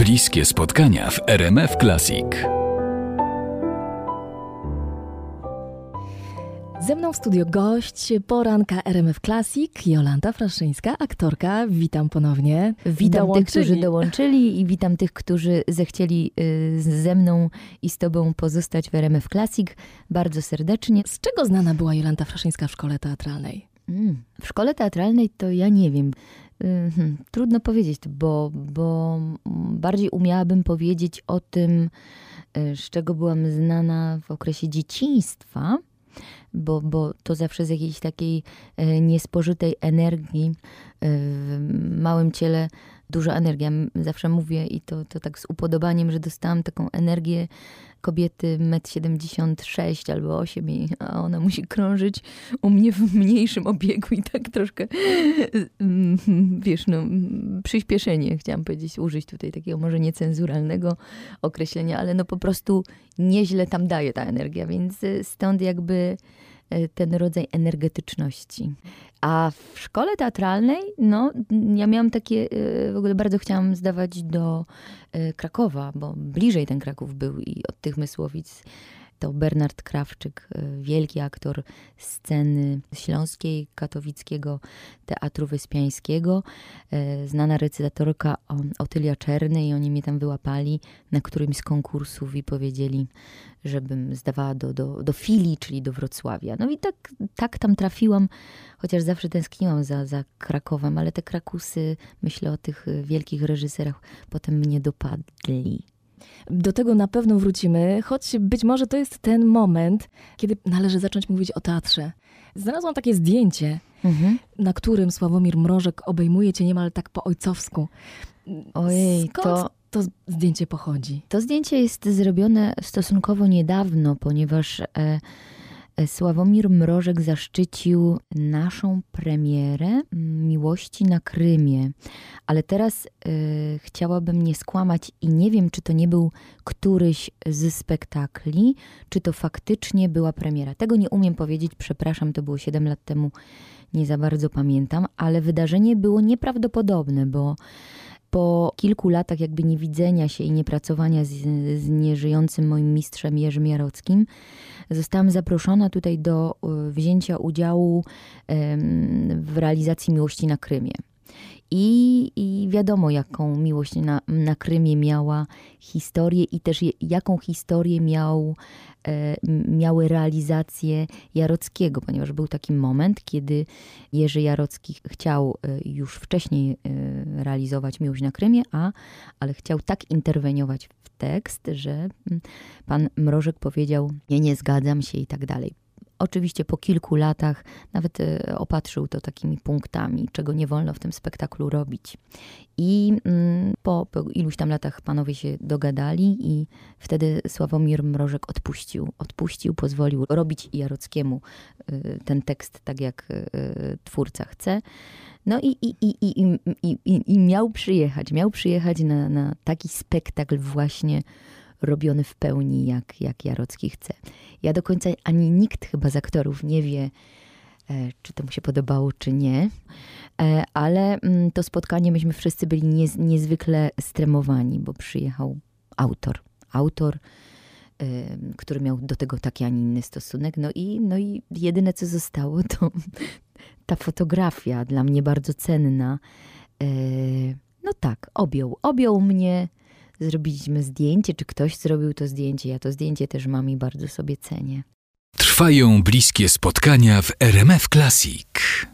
Bliskie spotkania w RMF Classic. Ze mną w studio gość poranka RMF Classic, Jolanta Fraszyńska, aktorka. Witam ponownie. Witam tych, którzy dołączyli i witam tych, którzy zechcieli ze mną i z tobą pozostać w RMF Classic. Bardzo serdecznie. Z czego znana była Jolanta Fraszyńska w szkole teatralnej? W szkole teatralnej to ja nie wiem. Trudno powiedzieć, bo bardziej umiałabym powiedzieć o tym, z czego byłam znana w okresie dzieciństwa, bo to zawsze z jakiejś takiej niespożytej energii w małym ciele duża energia. Zawsze mówię i to tak z upodobaniem, że dostałam taką energię kobiety 1,76 m albo 8 m, a ona musi krążyć u mnie w mniejszym obiegu i tak troszkę, wiesz, przyspieszenie, chciałam powiedzieć, użyć tutaj takiego może niecenzuralnego określenia, ale po prostu nieźle tam daje ta energia, więc stąd jakby ten rodzaj energetyczności. A w szkole teatralnej, ja miałam takie, w ogóle bardzo chciałam zdawać do Krakowa, bo bliżej ten Kraków był i od tych Mysłowic to Bernard Krawczyk, wielki aktor sceny śląskiej, katowickiego Teatru Wyspiańskiego, znana recytatorka Otylia Czerny i oni mnie tam wyłapali na którymś z konkursów i powiedzieli, żebym zdawała do filii, czyli do Wrocławia. No i tak tam trafiłam, chociaż zawsze tęskniłam za Krakowem, ale te Krakusy, myślę o tych wielkich reżyserach, potem mnie dopadli. Do tego na pewno wrócimy, choć być może to jest ten moment, kiedy należy zacząć mówić o teatrze. Znalazłam takie zdjęcie, na którym Sławomir Mrożek obejmuje cię niemal tak po ojcowsku. Ojej, skąd to zdjęcie pochodzi? To zdjęcie jest zrobione stosunkowo niedawno, ponieważ Sławomir Mrożek zaszczycił naszą premierę Miłości na Krymie. Ale teraz chciałabym nie skłamać i nie wiem, czy to nie był któryś z spektakli, czy to faktycznie była premiera. Tego nie umiem powiedzieć, przepraszam, to było 7 lat temu, nie za bardzo pamiętam, ale wydarzenie było nieprawdopodobne, bo po kilku latach jakby niewidzenia się i niepracowania z nieżyjącym moim mistrzem Jerzym Jarockim zostałam zaproszona tutaj do wzięcia udziału w realizacji Miłości na Krymie. I wiadomo, jaką miłość na Krymie miała historię i też jaką historię miały realizacje Jarockiego, ponieważ był taki moment, kiedy Jerzy Jarocki chciał już wcześniej realizować Miłość na Krymie, ale chciał tak interweniować w tekst, że pan Mrożek powiedział, nie zgadzam się i tak dalej. Oczywiście po kilku latach nawet opatrzył to takimi punktami, czego nie wolno w tym spektaklu robić. I po iluś tam latach panowie się dogadali i wtedy Sławomir Mrożek odpuścił, pozwolił robić Jarockiemu ten tekst tak, jak twórca chce. No i miał przyjechać na taki spektakl właśnie robiony w pełni, jak Jarocki chce. Ja do końca, ani nikt chyba z aktorów nie wie, czy to mu się podobało, czy nie, ale to spotkanie, myśmy wszyscy byli niezwykle stremowani, bo przyjechał autor, który miał do tego taki, a nie inny stosunek. No i jedyne, co zostało, to ta fotografia, dla mnie bardzo cenna. Objął mnie. Zrobiliśmy zdjęcie, czy ktoś zrobił to zdjęcie. Ja to zdjęcie też mam i bardzo sobie cenię. Trwają bliskie spotkania w RMF Classic.